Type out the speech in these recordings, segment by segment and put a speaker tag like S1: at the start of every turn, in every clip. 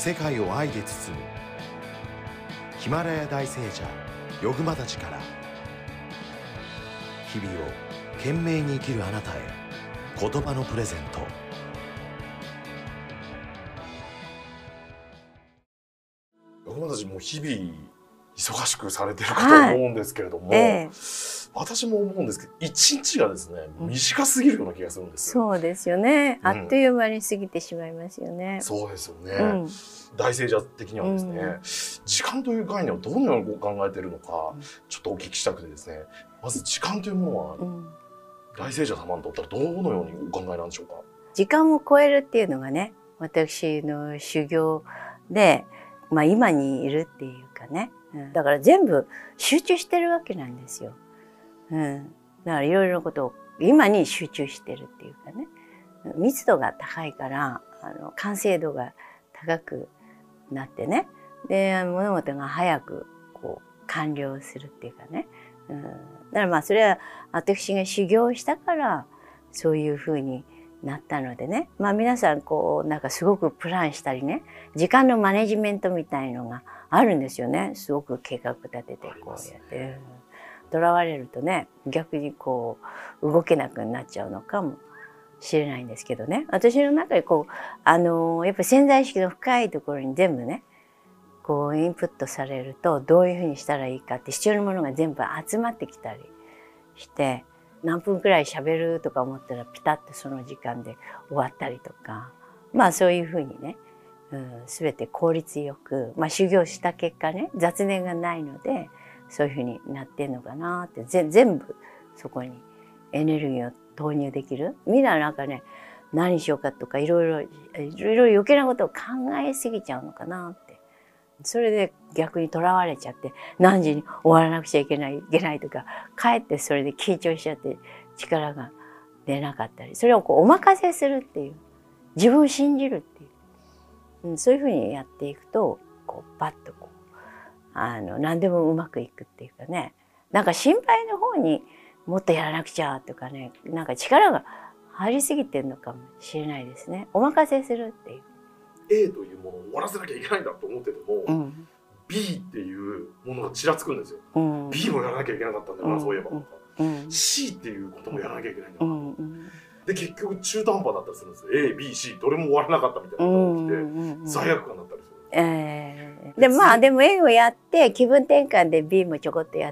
S1: 世界を愛で包むヒマラヤ大聖者ヨグマたちから、日々を懸命に生きるあなたへ言葉のプレゼント。
S2: ヨグマたちも日々忙しくされてるかと思うんですけれども、私も思うんですけど、一日がですね、短すぎるような気がするんですよ。
S3: そうですよね。あっという間に過ぎてしまいますよね。
S2: そうですよね。大聖者的にはですね、時間という概念をどのように考えているのか、ちょっとお聞きしたくてですね、まず時間というものは、大聖者様にとったらどのようにお考えなんでしょうか。
S3: 時間を超えるっていうのがね、私の修行で、今にいるっていうかね、だから全部集中してるわけなんですよ。だからいろいろなことを今に集中してるっていうかね、密度が高いから完成度が高くなってね、で物事が早くこう完了するっていうかね、だからそれは私が修行したからそういうふうになったのでね、皆さんなんかすごくプランしたりね、時間のマネジメントみたいのがあるんですよね。すごく計画立ててこうやって。とらわれるとね、逆に動けなくなっちゃうのかもしれないんですけどね、私の中でやっぱり潜在意識の深いところに全部ねインプットされると、どういうふうにしたらいいかって必要なものが全部集まってきたりして、何分くらい喋るとか思ったらピタッとその時間で終わったりとか、そういうふうにね、全て効率よく、修行した結果ね、雑念がないのでそういうふうになってんのかなって、全部そこにエネルギーを投入できる。みんななんかね、何しようかとかいろいろ余計なことを考えすぎちゃうのかなって。それで逆にとらわれちゃって、何時に終わらなくちゃいけないとか、かえってそれで緊張しちゃって力が出なかったり、それをお任せするっていう、自分を信じるっていう、そういうふうにやっていくとバッと何でもうまくいくっていうかね、なんか心配の方にもっとやらなくちゃとかね、なんか力が入りすぎてるのかもしれないですね。お任せするっていう。
S2: A というものを終わらせなきゃいけないんだと思ってても、B っていうものがちらつくんですよ。B もやらなきゃいけなかったんだな、そういえばとか、C っていうこともやらなきゃいけないんだな、で結局中途半端だったりするんですよ。A、B、C どれも終わらなかったみたいなことが起きて、罪悪感になったりする。
S3: でも A をやって気分転換で B もちょこっとやって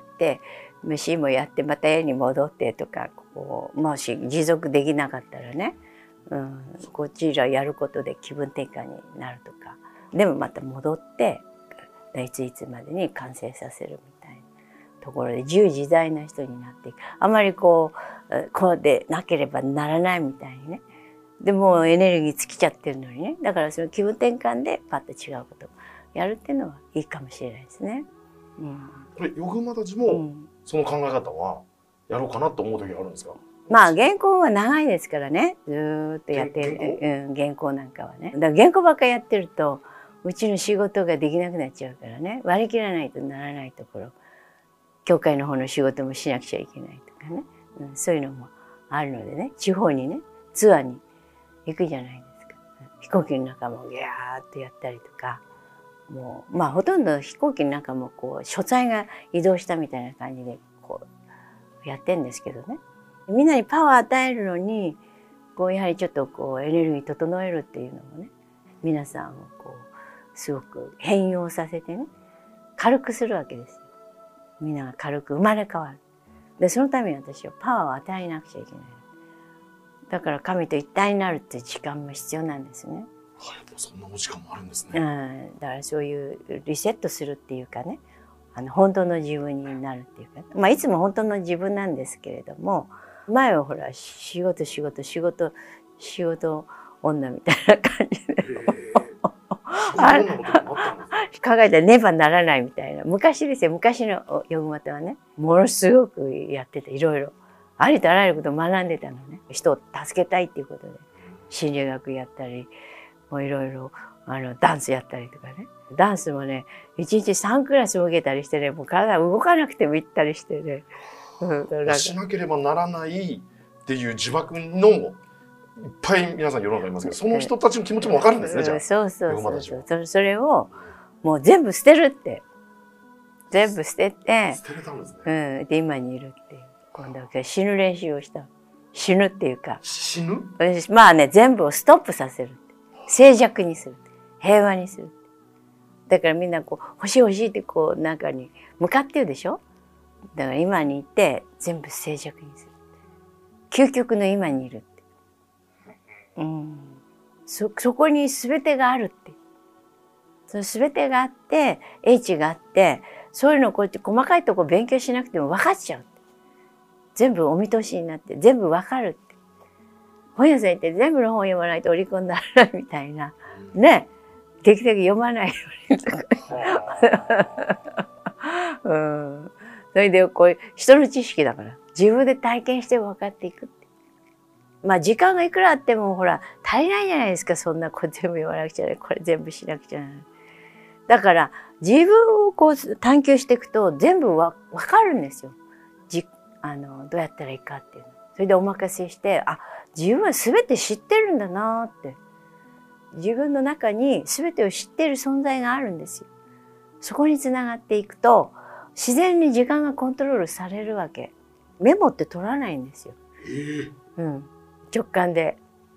S3: C もやってまた A に戻ってとか、もし持続できなかったらね、こちらやることで気分転換になるとか、でもまた戻っていつまでに完成させるみたいなところで自由自在な人になっていく。あまりこうでなければならないみたいにね。でもエネルギー尽きちゃってるのにね、だからその気分転換でパッと違うことをやるっていうのはいいかもしれないですね。
S2: これヨグマたちもその考え方はやろうかなと思う時あるんですか？
S3: 原稿は長いですからね、ずーっとやってる、原稿なんかはね。だから原稿ばっかりやってるとうちの仕事ができなくなっちゃうからね、割り切らないとならないところ、教会の方の仕事もしなくちゃいけないとかね、そういうのもあるのでね、地方にねツアーに行くじゃないですか。飛行機の中もギャーッとやったりとか、もうほとんど飛行機の中も書斎が移動したみたいな感じでやってんですけどね、みんなにパワー与えるのにやはりちょっとエネルギー整えるっていうのもね、皆さんをすごく変容させてね、軽くするわけですよ。みんなが軽く生まれ変わる。でそのために私はパワーを与えなくちゃいけない。だから神と一体になるっていう時間も必要なんですね。
S2: やっぱそんなお時間もあるんですね。
S3: だからそういうリセットするっていうかね、本当の自分になるっていうか、いつも本当の自分なんですけれども、前はほら仕事女みたいな感じで考えたらねばならないみたいな、昔ですよ、昔のヨグマタはね、ものすごくやってて、いろいろありとあらゆることを学んでたのね。人を助けたいっていうことで心理学やったり、もういろいろダンスやったりとかね、ダンスもね1日3クラスも受けたりしてね、もう体動かなくても行ったりしてね、
S2: しなければならないっていう呪縛のぱい皆さん世の中いますけど、その人たちの気持ちもわかるんですね、じゃあ。
S3: そうそうそうそう。それをもう全部捨てるって。全部捨てて、
S2: 捨てれたんですね。
S3: で、今にいるっていう。今度は死ぬ練習をした。死ぬっていうか。
S2: 死ぬ？
S3: まあね、全部をストップさせる。静寂にする。平和にする。だからみんなこう、欲しい欲しいってこう、中に向かってるでしょ？だから今にいて、全部静寂にする。究極の今にいるって。そこに全てがあるって。その全てがあって、英知があって、そういうのをこうやって細かいとこ勉強しなくても分かっちゃうって。全部お見通しになって、全部分かるって。本屋さん行って全部の本読まないと折り込んだらみたいな。ね。できるだけ読まないようにとか。それでこういう人の知識だから自分で体験して分かっていくって。まあ時間がいくらあってもほら足りないじゃないですか。そんなこれ全部言わなくちゃね、これ全部しなくちゃならない。だから自分をこう探求していくと全部分かるんですよ。どうやったらいいかっていうの。それでお任せして、あ、自分は全て知ってるんだなって。自分の中に全てを知っている存在があるんですよ。そこにつながっていくと自然に時間がコントロールされるわけ。メモって取らないんですよ。直感で。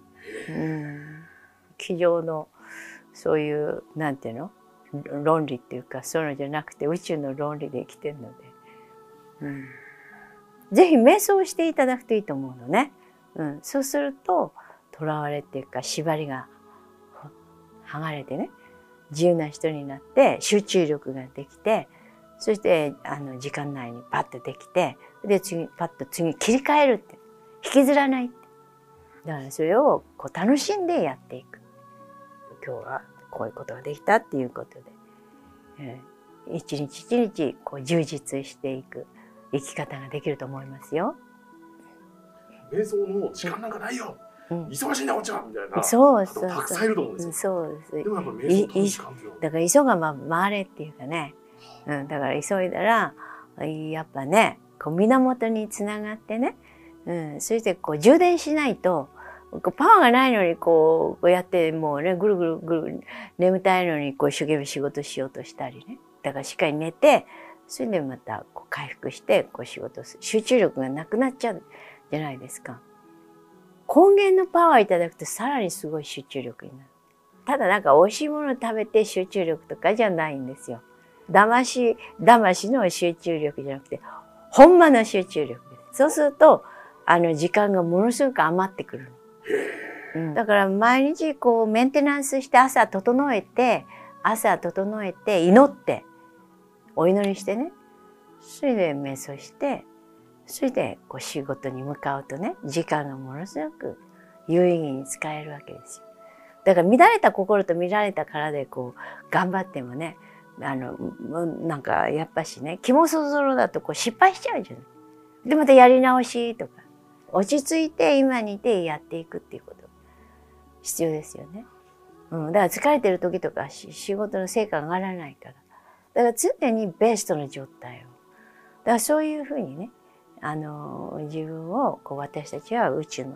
S3: 机上のそういうなんていうの論理っていうかそういうのじゃなくて宇宙の論理で生きてるので、ぜひ瞑想していただくといいと思うのね。そうすると囚われっていうか縛りが剥がれてね、自由な人になって集中力ができて、そして時間内にパッとできて、でパッと次切り替えるって、引きずらないって。だからそれをこう楽しんでやっていく。今日はこういうことができたっていうことで、一日一日こう充実していく生き方ができると思いますよ。
S2: 瞑想の時間なんかないよ。忙しいんだこっちはみたいな。
S3: そう
S2: たくさんいると思うんですよ。
S3: そうです。
S2: でもやっぱ瞑想の時間っていうのは。
S3: だから急がば回れっていうかね。だから急いだらやっぱね、こう源につながってね。そしてこう充電しないと。パワーがないのにこうやってもうねぐるぐるぐる眠たいのにこう一生懸命仕事しようとしたりね。だからしっかり寝て、それでまたこう回復してこう仕事する。集中力がなくなっちゃうじゃないですか。根源のパワーいただくとさらにすごい集中力になる。ただなんか美味しいものを食べて集中力とかじゃないんですよ。騙しの集中力じゃなくてほんまの集中力です。そうすると時間がものすごく余ってくる。だから毎日こうメンテナンスして朝整えて祈ってお祈りしてね、それで瞑想してそれでこう仕事に向かうとね、時間がものすごく有意義に使えるわけですよ。だから乱れた心と乱れた体でこう頑張ってもね、なんかやっぱしね、気もそぞろだとこう失敗しちゃうじゃない。でまたやり直しとか、落ち着いて今にいてやっていくっていうこと必要ですよね。だから疲れてる時とか仕事の成果が上がらないから。だから常にベストの状態を。だからそういうふうにね、自分をこう私たちは宇宙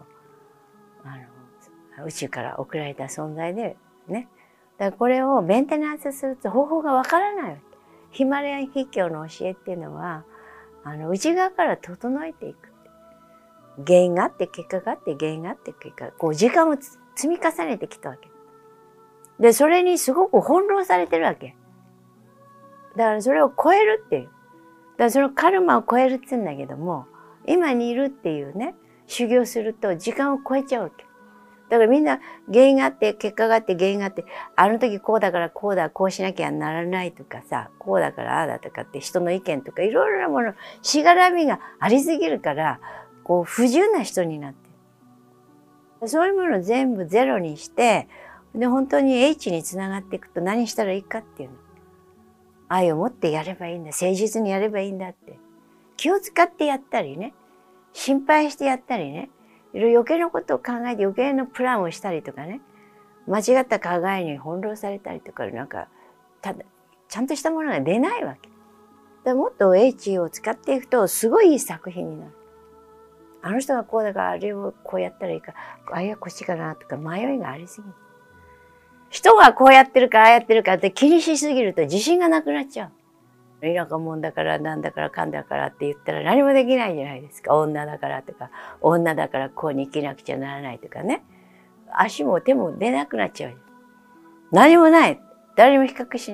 S3: から送られた存在でね。だからこれをメンテナンスすると方法がわからないわけ。ヒマラヤ秘境の教えっていうのは内側から整えていく。原因があって結果があって原因があって結果、こう時間を積み重ねてきたわけ。でそれにすごく翻弄されてるわけ。だからそれを超えるっていう。だからそのカルマを超えるって言うんだけども、今にいるっていうね、修行すると時間を超えちゃうわけ。だからみんな原因があって結果があって原因があって、あの時こうだからこうだ、こうしなきゃならないとかさ、こうだからああだとかって人の意見とかいろいろなもの、しがらみがありすぎるから、こう不自由な人になってる。そういうものを全部ゼロにして、で本当に H につながっていくと何したらいいかっていうの。愛を持ってやればいいんだ。誠実にやればいいんだって。気を使ってやったりね。心配してやったりね。いろいろ余計なことを考えて余計なプランをしたりとかね。間違った考えに翻弄されたりとか、なんか、ちゃんとしたものが出ないわけ。でもっと H を使っていくとすごいいい作品になる。 あの人がこうだからあれをこうやったらいいか、あいやこっちかなとか迷いがありすぎる。人がこうやってるかああやってるかって気にしすぎると自信がなくなっちゃう。田舎者だからなんだからかんだからって言ったら何もできないじゃないですか。女だからとか、女だからこうに生きなくちゃならないとかね。足も手も出なくなっちゃう。何もない。誰にも比較しない。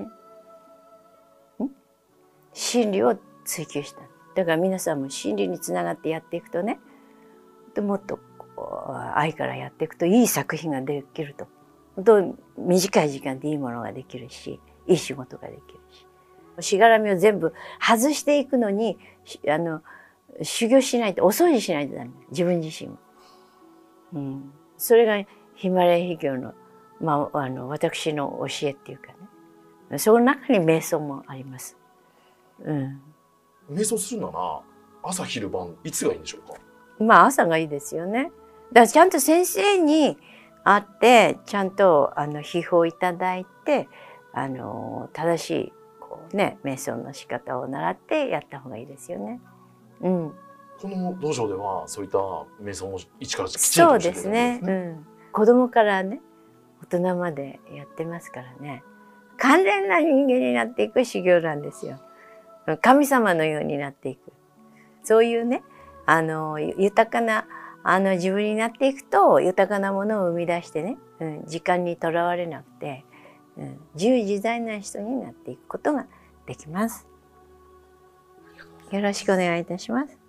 S3: 真理を追求した。だから皆さんも真理につながってやっていくとね、もっと愛からやっていくといい作品ができると。本当短い時間でいいものができるし、いい仕事ができるし。しがらみを全部外していくのに、修行しないと、お掃除しないとダメ。自分自身も。それがヒマラヤ秘境の、私の教えっていうかね。その中に瞑想もあります。
S2: 瞑想するなら朝昼晩いつがいいんでしょうか？
S3: 朝がいいですよね。だからちゃんと先生に会ってちゃんと秘宝をいただいて正しい瞑想の仕方を習ってやった方がいいですよね。
S2: この道場ではそういった瞑想も一からきちんと教えてるんですね。
S3: そうですね。子供からね大人までやってますからね。完全な人間になっていく修行なんですよ。神様のようになっていく。そういうね、豊かな自分になっていくと豊かなものを生み出してね、時間にとらわれなくて、自由自在な人になっていくことができます。よろしくお願いいたします。